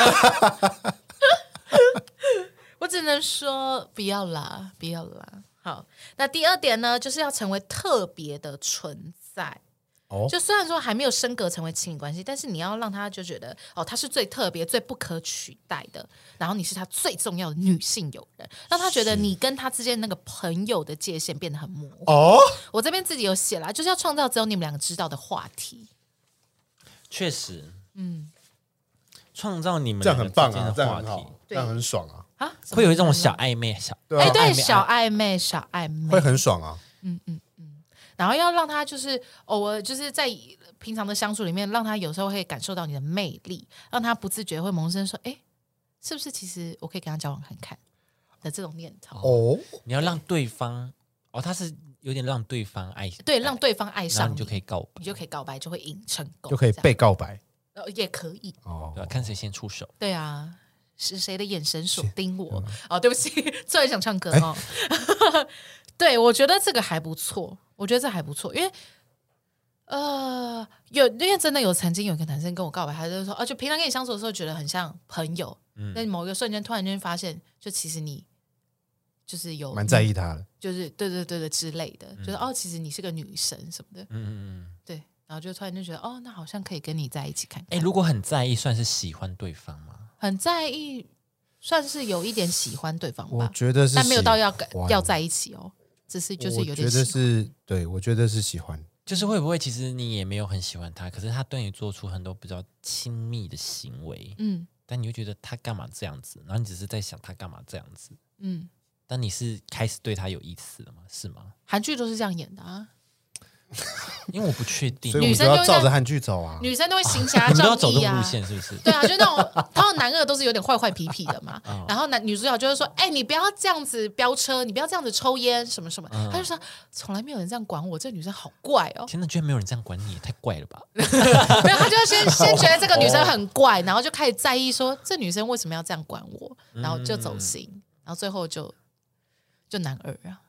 我只能说不要啦，不要啦。好，那第二点呢，就是要成为特别的存在。
哦，
就虽然说还没有升格成为亲密关系，但是你要让他就觉得哦，他是最特别、最不可取代的，然后你是他最重要的女性友人，让他觉得你跟他之间那个朋友的界限变得很模糊。
哦，
我这边自己有写啦，就是要创造只有你们两个知道的话题。
确实，
嗯
创造你们
这样很棒
两
啊，
个之间的话题
这样很好，，这样很爽啊，
啊，
会有一种小暧昧，小
对啊
哎，对，
暧昧
小暧昧，小暧昧，
会很爽啊。
然后要让他就是偶尔就是在平常的相处里面，让他有时候会感受到你的魅力，让他不自觉会萌生说，哎，是不是其实我可以跟他交往看看的这种念头。
哦，
你要让对方，哦，他是有点让对方爱，
对，让对方爱
然后
上
你就可以告白，
你就可以告白，就会引成功，
就可以
这样
被告白
呃也可以，
哦
对吧？看谁先出手。
对啊，是谁的眼神锁定我？哦，对不起，突然想唱歌哦。对，我觉得这个还不错，我觉得这还不错，因为呃，有因为真的有曾经有一个男生跟我告白，他就说，哦、就平常跟你相处的时候觉得很像朋友，
嗯
但某一个瞬间突然间发现，就其实你就是有
蛮在意他的。
就是对对对对之类的，就是哦，其实你是个女神什么的，
嗯嗯嗯。
对，然后就突然就觉得，哦，那好像可以跟你在一起看
哎，
看，
如果很在意，算是喜欢对方吗？
很在意，算是有一点喜欢对方
我
吧，
觉得是，
但没有到要
欢
要在一起哦，只是就是有点
我觉得
喜欢
是对，我觉得是喜欢。
就是会不会其实你也没有很喜欢他，可是他对你做出很多比较亲密的行为，
嗯
但你又觉得他干嘛这样子，然后你只是在想他干嘛这样子，
嗯，
但你是开始对他有意思了吗？是吗？
韩剧都是这样演的啊，
因为我不确定，
所以我们就
女生就会在
要照着韩剧走啊。
女生都会行侠
你们都要
仗义啊
走这种路。线是不是？
对啊，就那种通常男二都是有点坏坏痞痞的嘛，
哦
然后男女主角就会说：“哎、你不要这样子飙车，你不要这样子抽烟，什么什么。
嗯
他就说：“从来没有人这样管我，这个女生好怪哦。
天哪，居然没有人这样管你，也太怪了吧！
没有，他就会先先觉得这个女生很怪，然后就开始在意说这女生为什么要这样管我，然后就走心，然后最后就就男二啊。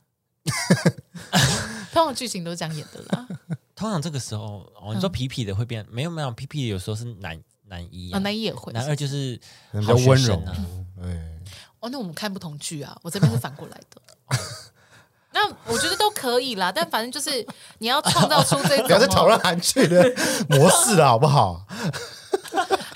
通常剧情都是这样演的啦。
通常这个时候，哦，你说痞痞的会变，没有没有，痞痞的有时候是男男一
啊，
啊，
男一也会。
男二就是
可能比较温柔
好学生啊。
对，
哦，那我们看不同剧啊，我这边是反过来的。那我觉得都可以啦，但反正就是你要创造出这种、哦，
不要再讨论韩剧的模式了，好不好？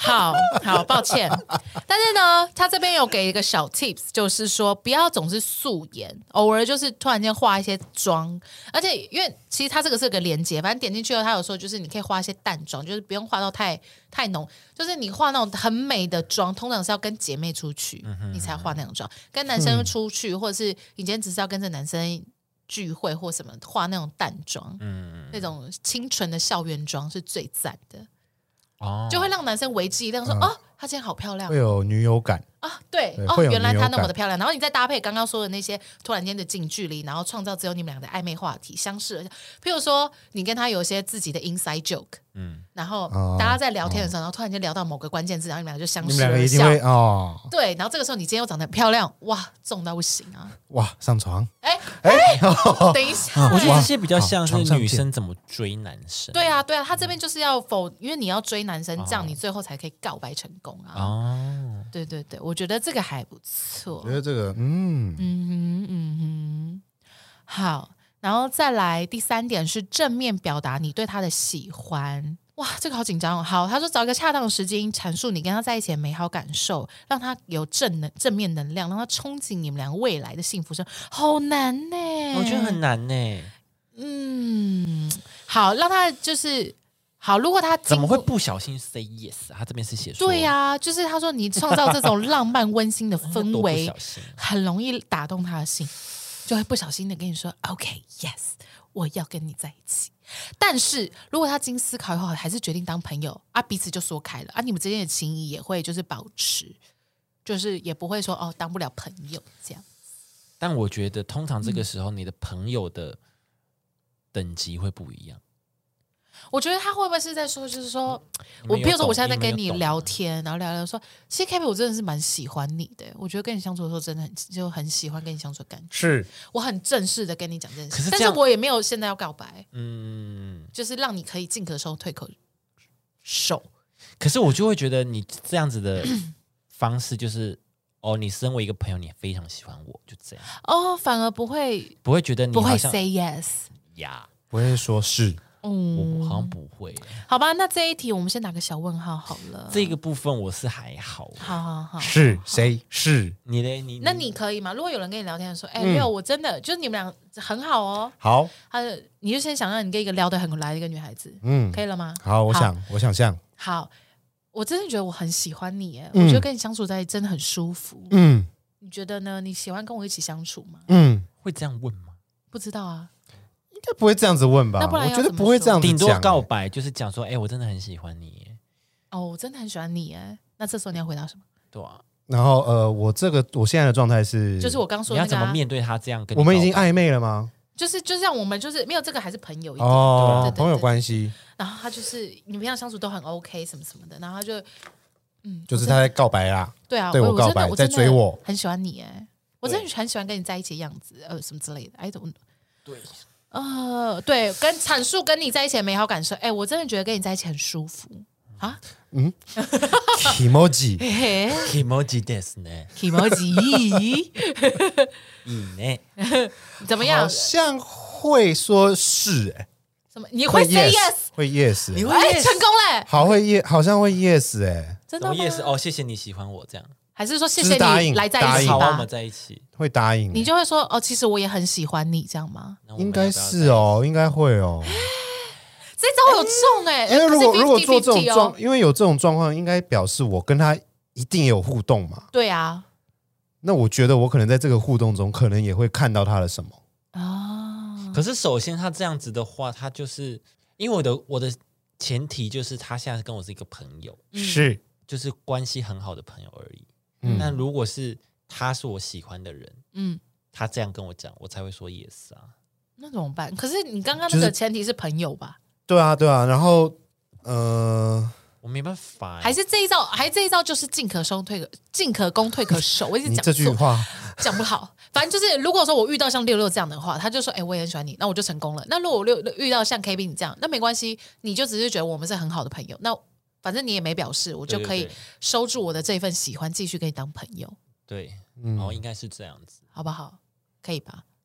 好好抱歉，但是呢，他这边有给一个小 tips， 就是说不要总是素颜，偶尔就是突然间化一些妆，而且因为其实它这个是个连结，反正点进去后，他有说就是你可以化一些淡妆，就是不用化到太太浓，就是你化那种很美的妆，通常是要跟姐妹出去，你才化那种妆，跟男生出去，或者是你今天只是要跟着男生聚会或什么，化那种淡妆，嗯，那种清纯的校园妆是最赞的。哦，就会让男生为之一亮，说、嗯、哦，她今天好漂亮，
会有女友感
啊，对，对哦，原来她那么的漂亮。然后你再搭配刚刚说的那些突然间的近距离，然后创造只有你们俩的暧昧话题，相视而笑。譬如说，你跟他有一些自己的 inside joke， 嗯，然后大家在聊天的时候，哦、然后突然间聊到某个关键字，然后你们俩就相视而笑，你们两个一定会哦，对。然后这个时候你今天又长得很漂亮，哇，重到不行啊，
哇，上床，
哎哎，等一下，
我觉得这些比较像是女生怎么追男生。
对啊，对啊，他这边就是要否，因为你要追男生，这样你最后才可以告白成功啊。哦，对对对，我觉得这个还不错。
我觉得这个，嗯
嗯哼嗯哼，好，然后再来第三点是正面表达你对他的喜欢。哇，这个好紧张哦。好，他说找一个恰当的时间阐述你跟他在一起的美好感受，让他有正能正面能量，让他憧憬你们俩未来的幸福生活。好难呢，
我觉得很难呢。
嗯，好，让他就是好。如果他
怎么会不小心 say yes？ 他这边是写说，
对呀、啊，就是他说你创造这种浪漫温馨的氛围，很容易打动他的心，就会不小心的跟你说 OK yes， 我要跟你在一起。但是如果他经思考以后还是决定当朋友啊，彼此就说开了啊，你们之间的情谊也会就是保持，就是也不会说哦当不了朋友这样。
但我觉得通常这个时候你的朋友的等级会不一样。
我觉得他会不会是在说，就是说我比如说我现在在跟你聊天，然后聊聊说，其实 K P 我真的是蛮喜欢你的，我觉得跟你相处的时候真的很就很喜欢跟你相处的感觉，
是我
很正式的跟你讲这件事，但是我也没有现在要告白，
嗯，
就是让你可以进可攻退可守。
可是我就会觉得你这样子的方式就是哦，你身为一个朋友，你非常喜欢我，就这样
哦，反而不会
不会觉得你
不会 say yes
呀，
不会说是。
嗯，我好像不会。
好吧，那这一题我们先打个小问号好了。
这个部分我是还好。
好好好，
是谁？是
你嘞？你
那你可以吗？如果有人跟你聊天说，哎、欸，没有、嗯，我真的就是你们俩很好哦。
好，
他你就先想让你跟一个聊得很来的一个女孩子，嗯，可以了吗？
好，我想，我想象。
好，我真的觉得我很喜欢你，哎、嗯，我觉得跟你相处在一起真的很舒服。
嗯，
你觉得呢？你喜欢跟我一起相处吗？
嗯，会这样问吗？
不知道啊。
应该不会这样子问吧？
那不然
我觉得不会这样子讲，
顶多告白就是讲说，哎、欸，我真的很喜欢你。
哦，我真的很喜欢你哎。那这时候你要回答什么？
对啊。
然后呃，我这个我现在的状态是，
就是我刚说的、那
个啊、你要怎么面对他这样跟你？
我们已经暧昧了吗？
就是就像我们就是没有这个还是朋友一点
哦，
对对对对
朋友关系。
然后他就是你们平常相处都很 OK 什么什么的，然后他就
嗯，就是他在告白啦。
对啊，
对我告白，在追我，
很喜欢你哎，我真的很喜欢跟你在一起的样子，呃，什么之类的。I don't know。
对。
呃，对，跟阐述跟你在一起的美好感受，哎，我真的觉得跟你在一起很舒服啊。
嗯 ，Kimoji，Kimoji
ですね
，Kimoji，
いいね，
怎么样？
好像会说是哎、欸，
什么？你会 say yes？
会 yes，
你会 yes？ 成功嘞！
好会 yes， 好像会 yes 哎、欸，
真的吗
？yes 哦，谢谢你喜欢我这样。
还是说谢谢你来在一起吧？
好，我们在一起
会答应，
你就会说哦，其实我也很喜欢你，这样吗？
应该是哦，应该会哦。
这招有中哎、欸，
因为如果
fifty fifty
如果做这种状、
哦，
因为有这种状况，应该表示我跟他一定有互动嘛。
对啊，
那我觉得我可能在这个互动中，可能也会看到他的什么
啊。
可是首先他这样子的话，他就是因为我的我的前提就是他现在跟我是一个朋友，
是
就是关系很好的朋友而已。嗯，那如果是他是我喜欢的人，嗯，他这样跟我讲，我才会说 yes 啊。
那怎么办？可是你刚刚那个前提是朋友吧？
就是、对啊，对啊。然后呃，
我没办法，
还是这一招，还这一招就是进可攻退可进可攻退可守。我一直讲
这句话
讲不好，反正就是如果说我遇到像六六这样的话，他就说：“哎、欸，我也很喜欢你。”那我就成功了。那如果我六遇到像 K B 你这样，那没关系，你就只是觉得我们是很好的朋友。那反正你也没表示，我就可以收住我的这份喜欢，继续跟你当朋友。
对，嗯、哦，应该是这样子，
好不好？可以吧？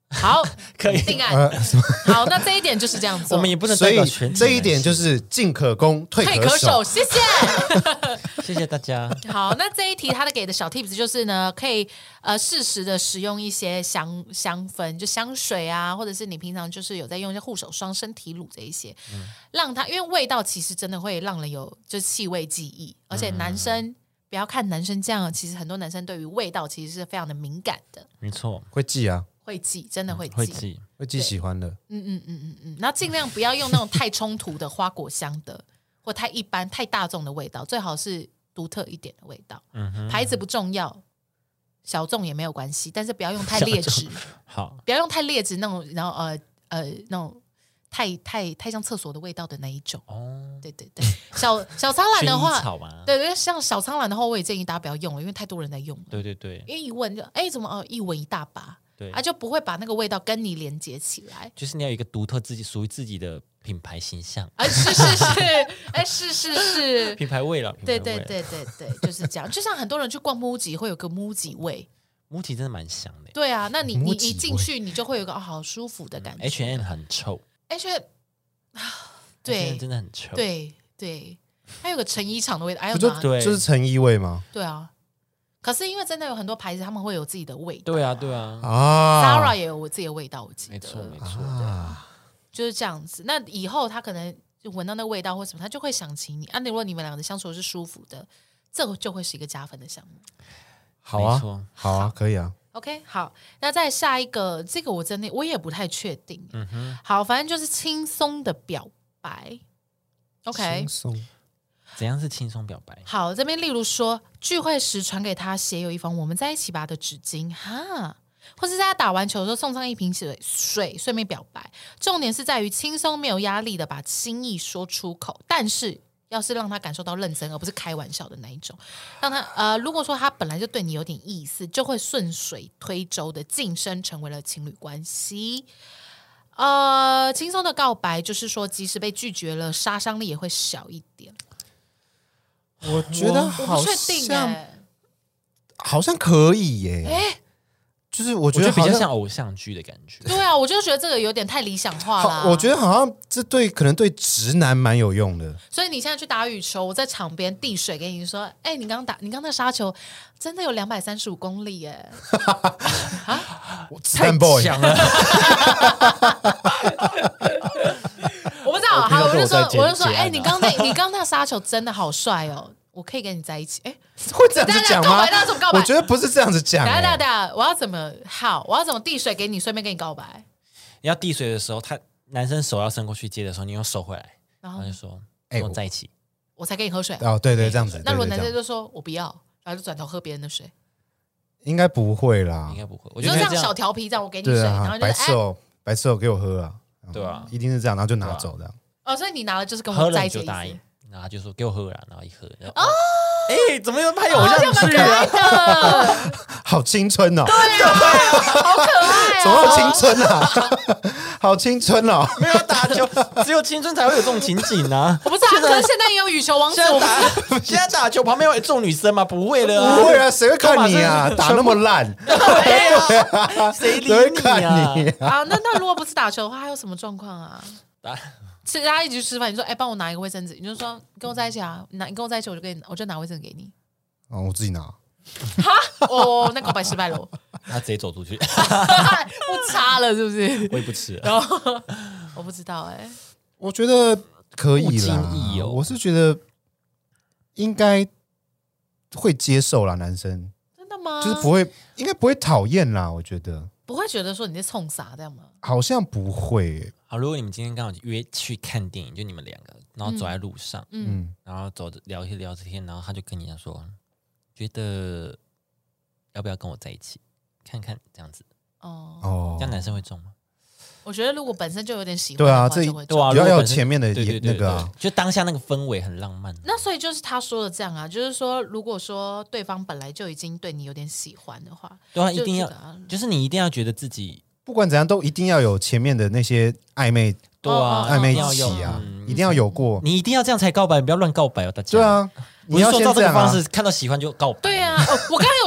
好，
可以
定案。
呃，
好，那这一点就是这样做。
我们也不能
所以
代表全体
这一点
男性
就是进可攻，退
退可
可守。
守，谢谢。
谢谢大家。
好，那这一题他的给的小 tips 就是呢，可以呃适时的使用一些香香氛，就香水啊，或者是你平常就是有在用一些护手霜、身体乳这一些，嗯、让它因为味道其实真的会让人有就是气味记忆，而且男生、嗯、不要看男生这样，其实很多男生对于味道其实是非常的敏感的，
没错，
会记啊，
会记，真的会记，
会记，
会记喜欢的，
嗯嗯嗯嗯嗯，那尽量不要用那种太冲突的花果香的，或太一般、太大众的味道，最好是独特一点的味道。嗯哼，牌子不重要，小众也没有关系，但是不要用太劣质。
好，
不要用太劣质那种，然后呃呃那种太太太像厕所的味道的那一种。哦，对对对，小小苍兰的话，对对，像小苍兰的话，我也建议大家不要用了，因为太多人在用了。
对对对，
因为一闻就哎怎么哦一闻一大把。
对，
啊，就不会把那个味道跟你连接起来。
就是你要有一个独特自己属于自己的品牌形象。
啊，是是是，哎，是是是，
品牌味了。
对对对对对，就是这样。就像很多人去逛 MUJI 会有个 MUJI 味
，MUJI 真的蛮香的。
对啊，那你你一进去，你就会有个、哦、好舒服的感觉。
H and M 很臭
，H and M 对，
真的很臭。
对对，它有个成衣厂的味道，哎，
不就就是成衣味吗？
对啊。可是因为真的有很多牌子，他们会有自己的味道。
对啊，对啊。
啊
，Zara 也有我自己的味道，我记得。
没错，没错。
啊，
就是这样子。那以后他可能就闻到那个味道或什么，他就会想起你。啊，如果你们两个的相处是舒服的，这个就会是一个加分的项目。
好啊，好啊，可以啊。
OK， 好，那再下一个，这个我真的我也不太确定。嗯哼，好，反正就是轻松的表白。OK，
轻松。
怎样是轻松表白？
好，这边例如说聚会时传给他写有一封我们在一起吧的纸巾哈，或是在他打完球的时候送上一瓶水，水顺便表白。重点是在于轻松没有压力的把心意说出口，但是要是让他感受到认真，而不是开玩笑的那一种。让他呃，如果说他本来就对你有点意思，就会顺水推舟的晋升成为了情侣关系。呃，轻松的告白就是说，即使被拒绝了，杀伤力也会小一点。
我觉得好
我不确定
像、
欸、
好像可以耶、
欸，
就是我觉得
我觉得比较像偶像剧的感觉。
对啊，我就觉得这个有点太理想化了。
我觉得好像这对可能对直男蛮有用的。
所以你现在去打羽球，我在场边递水给你说，哎、欸，你刚打，你刚那杀球真的有两百三十五公里耶！
啊，太强了。
我不知道，好，我就说，我就说，哎、欸，你刚那，你刚那杀球真的好帅哦，我可以跟你在一起。哎、欸，
会这样子讲吗？
那怎么告白？
我觉得不是这样子讲、欸。
等下等下，我要怎么好？我要怎么递水给你，顺便跟你告白？
你要递水的时候，他男生手要伸过去接的时候，你用手回来，然后就说：“哎、欸，跟我在一起，
我才跟你喝水。”
哦，对对，这样子。
那如果男生就说我不要，然后就转头喝别人的水，
应该不会啦，
应该不会。
我觉得这样小调皮，这样我给你水，
啊、
然后就
白痴哦，白痴哦，给我喝啊！
对啊，
一定是这样，然后就拿走这样。
哦，所以你拿了就是跟我在一起的意思，
喝了就答应，然后就说给我喝了，然后一喝，然后哦，哎、欸，怎么又拍偶像剧
啊？
好青春哦！
对啊，好可爱啊！
怎么有青春啊？好青春哦！
没有打球，只有青春才会有这种情景啊！
我不知道，可是现在也有羽球王子。
现在打，现在打球旁边会重女生吗？不会的、啊，
不会啊，谁会看你啊？打那么烂，
对啊，谁理你啊？
你啊
啊，那那如果不是打球的话，还有什么状况啊？
打。
是大家一起去吃饭，你说哎，帮我拿一个卫生纸，你就说跟我在一起啊，拿你跟我在一起，我就给你，我就拿卫生纸给你。
哦，我自己拿。
哈，哦，那告白失败了。
他直接走出去，
不差了是不是？
我也不吃了。
然后我不知道哎、欸，
我觉得可以啦。
哦、
我是觉得应该会接受啦，男生。
真的吗？
就是不会，应该不会讨厌啦。我觉得
不会觉得说你在冲啥这样吗？
好像不会、欸。
好，如果你们今天刚好约去看电影，就你们两个，然后走在路上，嗯，嗯然后走着聊一聊着天，然后他就跟你讲说，觉得要不要跟我在一起，看看这样子。哦，这样男生会中吗？
我觉得如果本身就有点喜欢，
对啊，这
对啊，
要要前面的
对对
那个、啊，
就当下那个氛围很浪漫。
那所以就是他说的这样啊，就是说，如果说对方本来就已经对你有点喜欢的话，
对啊，一定要，就是你一定要觉得自己。
不管怎样，都一定要有前面的那些暧昧，
对啊，
暧昧期啊，嗯、一定要有过。
你一定要这样才告白，不要乱告白哦，大家。
对啊，
你要照这个方式看到喜欢就告白。
对啊，哦、我刚刚有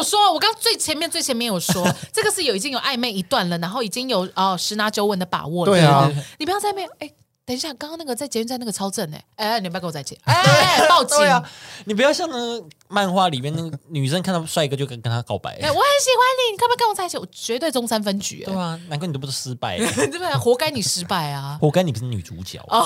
有说，我刚最前面最前面有说，这个是有已经有暧昧一段了，然后已经有哦十拿九稳的把握了。
对啊，
你不要在那边哎。等一下，刚刚那个在捷运站那个超正哎、欸，哎、欸，你不要跟我在一起，哎、欸，报警！
啊、你不要像那个漫画里面那个女生看到帅哥就跟跟他告白、欸，
哎、欸，我很喜欢你，你可不可以跟我在一起？我绝对中三分局、欸，
对啊，难怪你都不是失败、欸，
对不对？活该你失败啊！
活该你不是女主角
哦，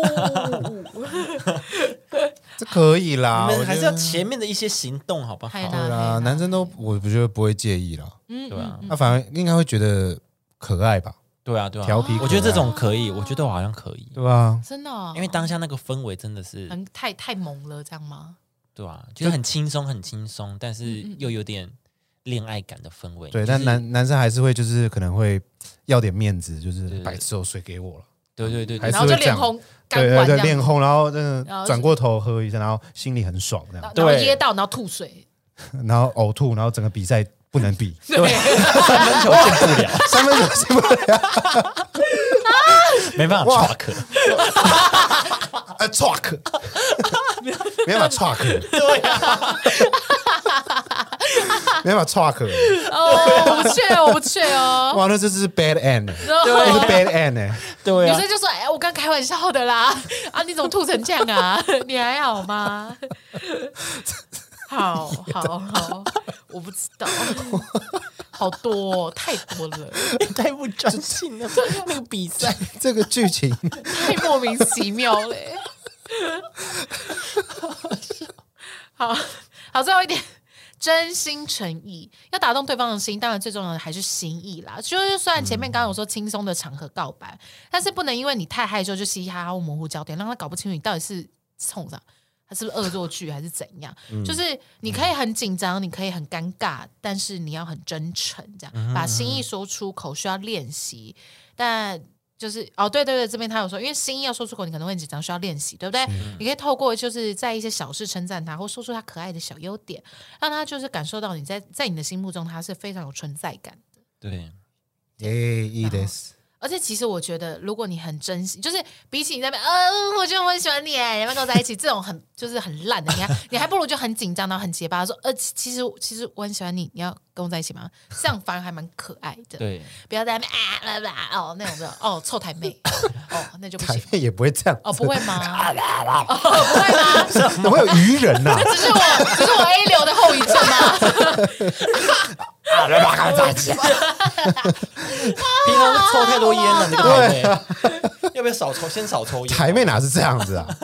这可以啦，
你们还是要前面的一些行动，好不好？
对
啦，男生都我不觉得不会介意啦，
嗯，
对啊，
他反而应该会觉得可爱吧。
对啊，对啊，
调皮，
我觉得这种可以，我觉得我好像可以，
对吧？
真的、哦，
因为当下那个氛围真的是
很太太萌了，这样吗？
对啊，就是很轻松，很轻松，但是又有点恋爱感的氛围。
对，
就是、
但男男生还是会就是可能会要点面子，就是白痴哦，水给我了，
对对对，
还是
然后就脸红，
对对对，脸红，然后真的转过头喝一下，然后心里很爽，这样，
然后噎到，然后吐水，
然后呕吐，然后整个比赛不能比，
对，三分球进不了，
三分球进不了。
没办法 truck，
呃 truck， 没办法 truck，
对啊，
没办法 truck，
哦，我不去，我不去哦，
哇，那这是 bad end，
对，
这是 bad end 哎，
对啊，
女生就说，哎，我刚开玩笑的啦，啊，你怎么吐成这样啊？你还好吗？好好好，我不知道，好多、哦、太多了，
也太不专心了。那个比赛，
这个剧情
太莫名其妙了。好好，最后一点，真心诚意，要打动对方的心，当然最重要的还是心意啦。就是虽然前面刚刚有说轻松的场合告白，但是不能因为你太害羞就嘻嘻哈哈或模糊焦点，让他搞不清楚你到底是冲啥。他是不是恶作剧还是怎样、嗯、就是你可以很紧张你可以很尴尬，但是你要很真诚，这样、嗯、把心意说出口需要练习，但就是哦对对对，这边他有说因为心意要说出口你可能会很紧张需要练习，对不对？你可以透过就是在一些小事称赞他，或说出他可爱的小优点，让他就是感受到你在在你的心目中他是非常有存在感的。
对，
诶，いいです。
而且其实我觉得，如果你很珍惜，就是比起你在那边，呃，我觉得我很喜欢你，哎，你们跟我在一起，这种很就是很烂的，你还你还不如就很紧张，然后很结巴说，呃，其实其实我很喜欢你，你要跟我在一起吗？这样反而还蛮可爱的。
对，
不要在那边啊啦啦哦那种的哦臭台妹哦那就不行。
台妹也不会这样
哦，不会吗？哦，不会吗？
怎么会有愚人呐、啊？
那只是我只是我 A 流的后遗症吗？
啊，人把他在一起。
平常抽太多烟了，那个台妹，啊、要不要少抽？先少抽烟。
台妹哪是这样子啊？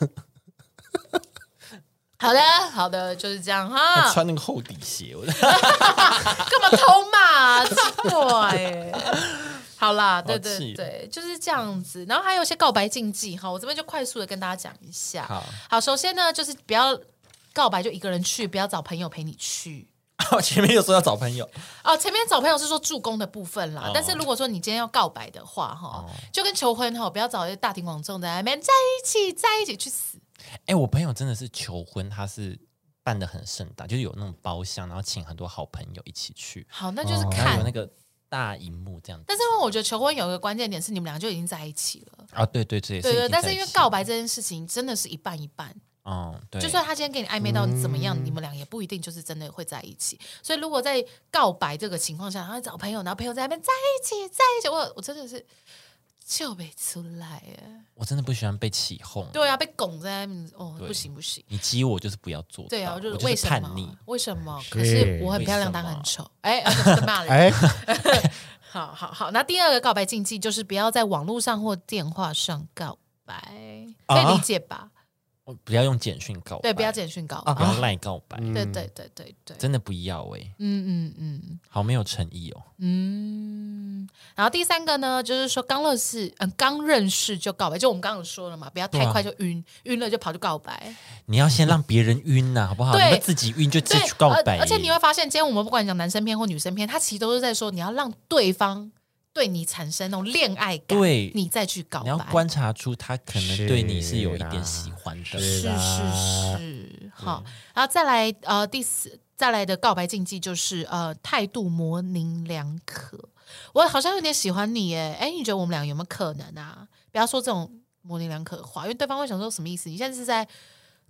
好的，好的，就是这样哈。
穿那个厚底鞋，我
干嘛偷骂？奇怪耶。好啦，对对对，就是这样子。然后还有一些告白禁忌哈，我这边就快速的跟大家讲一下。
好，
好，首先呢，就是不要告白就一个人去，不要找朋友陪你去。
哦，前面有说要找朋友
哦，前面找朋友是说助攻的部分啦，哦、但是如果说你今天要告白的话，哈、哦，就跟求婚哈，不要找一些大庭广众在那边在一起，在一起去死。
哎、欸，我朋友真的是求婚，他是办得很盛大，就是有那种包厢，然后请很多好朋友一起去。
好，那就是看、
哦、有那个大荧幕这样子。
但是因为我觉得求婚有一个关键点是你们俩就已经在一起了
啊，对对对，
对对，但是因为告白这件事情真的是一半一半。
哦，对，
就算他今天跟你暧昧到怎么样、嗯，你们俩也不一定就是真的会在一起。所以如果在告白这个情况下，他找朋友，然后朋友在那边在一起，在一起，我我真的是就没出来耶。
我真的不喜欢被起哄。
对啊，被拱在那边，哦，不行不行。
你激我就是不要做。
对啊，就是
为什么？叛逆？
为什么？可是我很漂亮，但很丑。哎，骂人。
哎，
好好好。那第二个告白禁忌就是不要在网络上或电话上告白，可以理解吧？
不要用简讯告白，
对，不要简讯告白，
不要赖告白，
嗯、对对对对对，
真的不要哎、欸，
嗯嗯嗯，
好没有诚意哦，
嗯。然后第三个呢，就是说刚认识，嗯，刚认识就告白，就我们刚刚说了嘛，不要太快就晕，啊、晕了就跑去告白。
你要先让别人晕呐、啊，好不好？
对，
你自己晕就自己去告白、欸。
而且你会发现，今天我们不管讲男生篇或女生篇，他其实都是在说你要让对方。对你产生那种恋爱感，
对，
你再去告白，
你要观察出他可能对你是有一点喜欢的，
是是是，好，然后再来呃第四再来的告白禁忌就是呃态度模棱两可，我好像有点喜欢你耶，哎，你觉得我们俩有没有可能啊？不要说这种模棱两可的话，因为对方会想说什么意思？你现在是在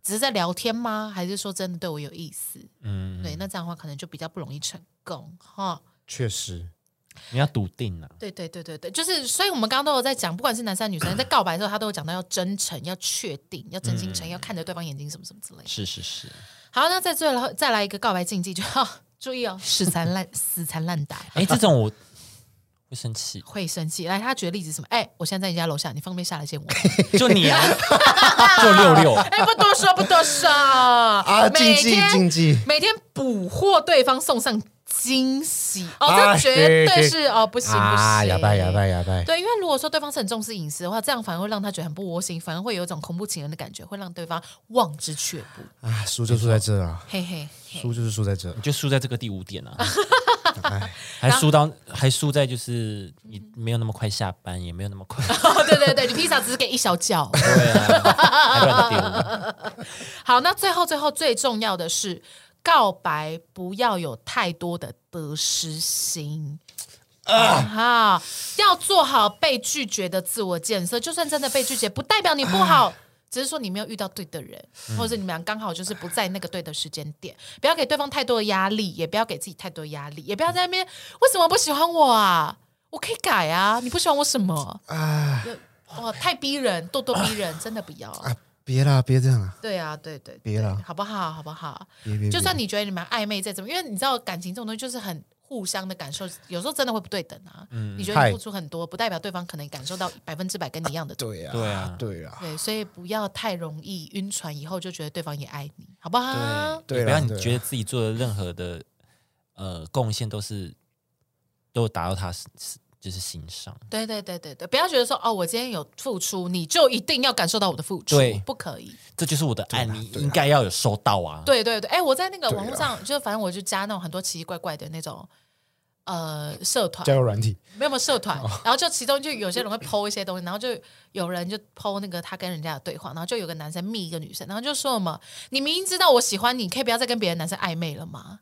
只是在聊天吗？还是说真的对我有意思？
嗯，
对，那这样的话可能就比较不容易成功哈。
确实，
你要笃定啊。
对对对对对，就是所以我们刚刚都有在讲，不管是男生女生在告白的时候，他都有讲到要真诚、要确定、要真心诚意、要看着对方眼睛什么什么之类的。
是是是。
好，那再最后再来一个告白禁忌，就要注意哦，死缠烂死缠烂打。
哎，这种我会生气，
会生气。来，他举的例子是什么？哎，我现在在你家楼下，你方便下来见我？
就你啊，就六六。
哎，不多说，不多说
啊！禁忌禁忌，
每天捕获对方送上惊喜哦，
啊
这绝对是哦，不行不
啊！
行，
哑巴哑巴哑巴。
对，因为如果说对方是很重视隐私的话，这样反而会让他觉得很不窝心，反而会有一种恐怖情人的感觉，会让对方望之却步。
啊，输就输在这啊！
嘿嘿，
输就是输在这，
你就输在这个第五点啊。还输到还输在就是你没有那么快下班，也没有那么快。
哦，对对对，你披萨只是给一小角。
对啊，还乱丢。
好，那最后最后最重要的是，告白不要有太多的得失心。啊哈，要做好被拒绝的自我建设。就算真的被拒绝，不代表你不好。只是说你没有遇到对的人，或者是你们俩刚好就是不在那个对的时间点，不要给对方太多的压力，也不要给自己太多压力，也不要在那边为什么不喜欢我啊？我可以改啊，你不喜欢我什么？啊，哇，太逼人，咄咄逼人，真的不要啊！
别啦，别这样啊！
对啊，对对，
别啦，
好不好？好不好？
别别，
就算你觉得你们暧昧再怎么，因为你知道感情这种东西就是很。互相的感受有时候真的会不对等啊！嗯、你觉得你付出很多，不代表对方可能感受到百分之百跟你一样的。
对啊，
对啊，
对啊，
对，所以不要太容易晕船，以后就觉得对方也爱你，好不好？
对，也不要你觉得自己做的任何的呃贡献都是都达到他就是心上。
对对对对对，不要觉得说哦，我今天有付出，你就一定要感受到我的付出，
对，
不可以。
这就是我的爱，你应该要有收到啊！
对对对，哎，我在那个网络上，就反正我就加那种很多奇奇怪怪的那种。呃，社团
交友软体
没有没有社团，然后就其中就有些人会 po 一些东西，然后就有人就 po 那个他跟人家的对话，然后就有个男生密一个女生，然后就说什么：“你明明知道我喜欢你，可以不要再跟别的男生暧昧了吗？”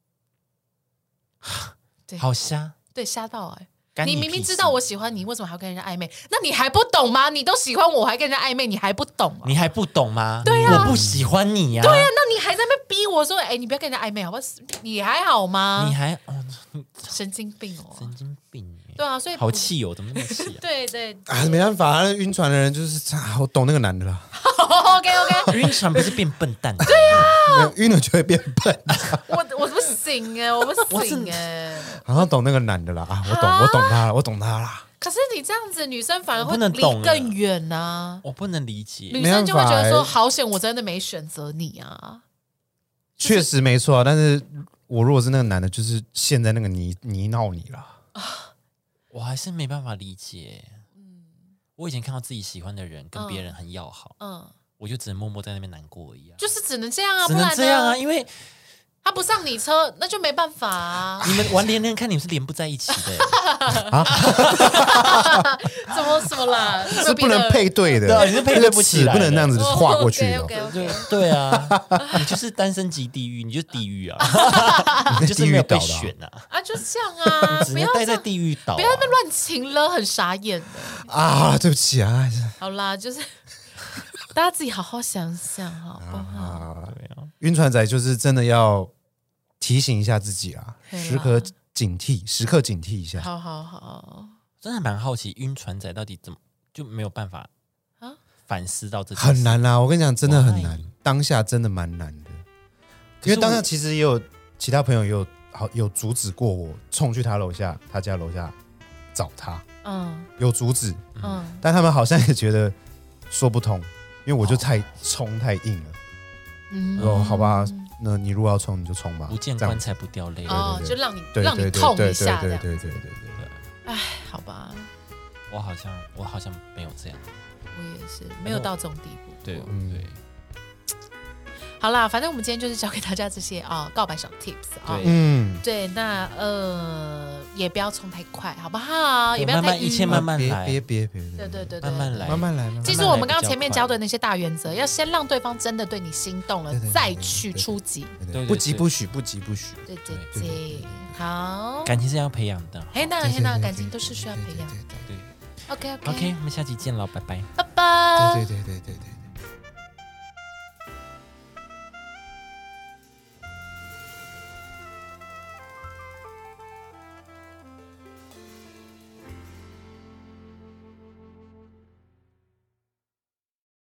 对，好瞎，
对，瞎到哎、
欸！
你明明知道我喜欢你，为什么还要跟人家暧昧？那你还不懂吗？你都喜欢我，还跟人家暧昧，你还不懂、啊？
你还不懂吗？
对啊，
我不喜欢你呀、啊。
对啊，那你还在那边逼我说：“哎、欸，你不要跟人家暧昧，好不好？你还好吗？”
你还哦，
神经病哦，
神经病。
对啊，所以
好气哦，怎么那么气啊？
对对
啊，没办法，晕船的人就是我懂那个男的啦。
OK OK，
晕船不是变笨蛋？
对啊，
晕了就会变笨。
我我不行哎，我不行哎。
好像懂那个男的啦啊，我懂，我懂他了，我懂他啦。
可是你这样子，女生反而会离
更
更远呐。
我不能理解，
女生就会觉得说，好险，我真的没选择你啊。
确实没错啊，但是我如果是那个男的，就是陷在那个泥泥淖里了。
我还是没办法理解。嗯，我以前看到自己喜欢的人跟别人很要好，嗯，我就只能默默在那边难过而已啊。
就是只能这样啊，
只能这样啊，因为
他不上你车，那就没办法啊。
你们玩连连看，你们是连不在一起的
啊？
怎么什么啦？
是不能配对的，
对，你是配对不起来，
不能那样子划过去
的。
对对啊，你就是单身级地狱，你就是地狱啊，你就是没有被选啊。
啊，就是这样啊，
只能待在地狱岛，
不要那么乱情了，很傻眼的
啊！对不起啊，
好啦，就是大家自己好好想想，好不好？
对啊，
晕船仔就是真的要提醒一下自己啊，时刻警惕，时刻警惕一下。
好好好，
真的蛮好奇，晕船仔到底怎么就没有办法啊反思到这件
事？很难啊！我跟你讲，真的很难，当下真的蛮难的。因为当下其实也有其他朋友也有好有阻止过我，冲去他楼下，他家楼下找他，嗯，有阻止，嗯，但他们好像也觉得说不通，因为我就太冲太硬了。嗯，哦，好吧，那你如果要冲，你就冲吧。
不见棺材不掉泪，
哦，就让你让你痛一下，
对对对对对对。
哎，好吧，
我好像我好像没有这样，
我也是没有到这种地步。
对对。
好啦，反正我们今天就是教给大家这些啊、哦、告白小 tips 啊、哦，
嗯，
对，那呃也不要冲太快，好不好？也不要
太一切慢慢来，
别别别别，
对对对对，
慢慢来，
慢慢来。
记住我们刚刚前面教的那些大原则，要先让对方真的对你心动了，再去出击，
不急不许，不急不许。
对对对，好，
感情是要培养的，
嘿那嘿那感情都是需要培养的，
对
，OK
OK OK， 我们下期见了，拜拜，
拜拜，
对对对对对对。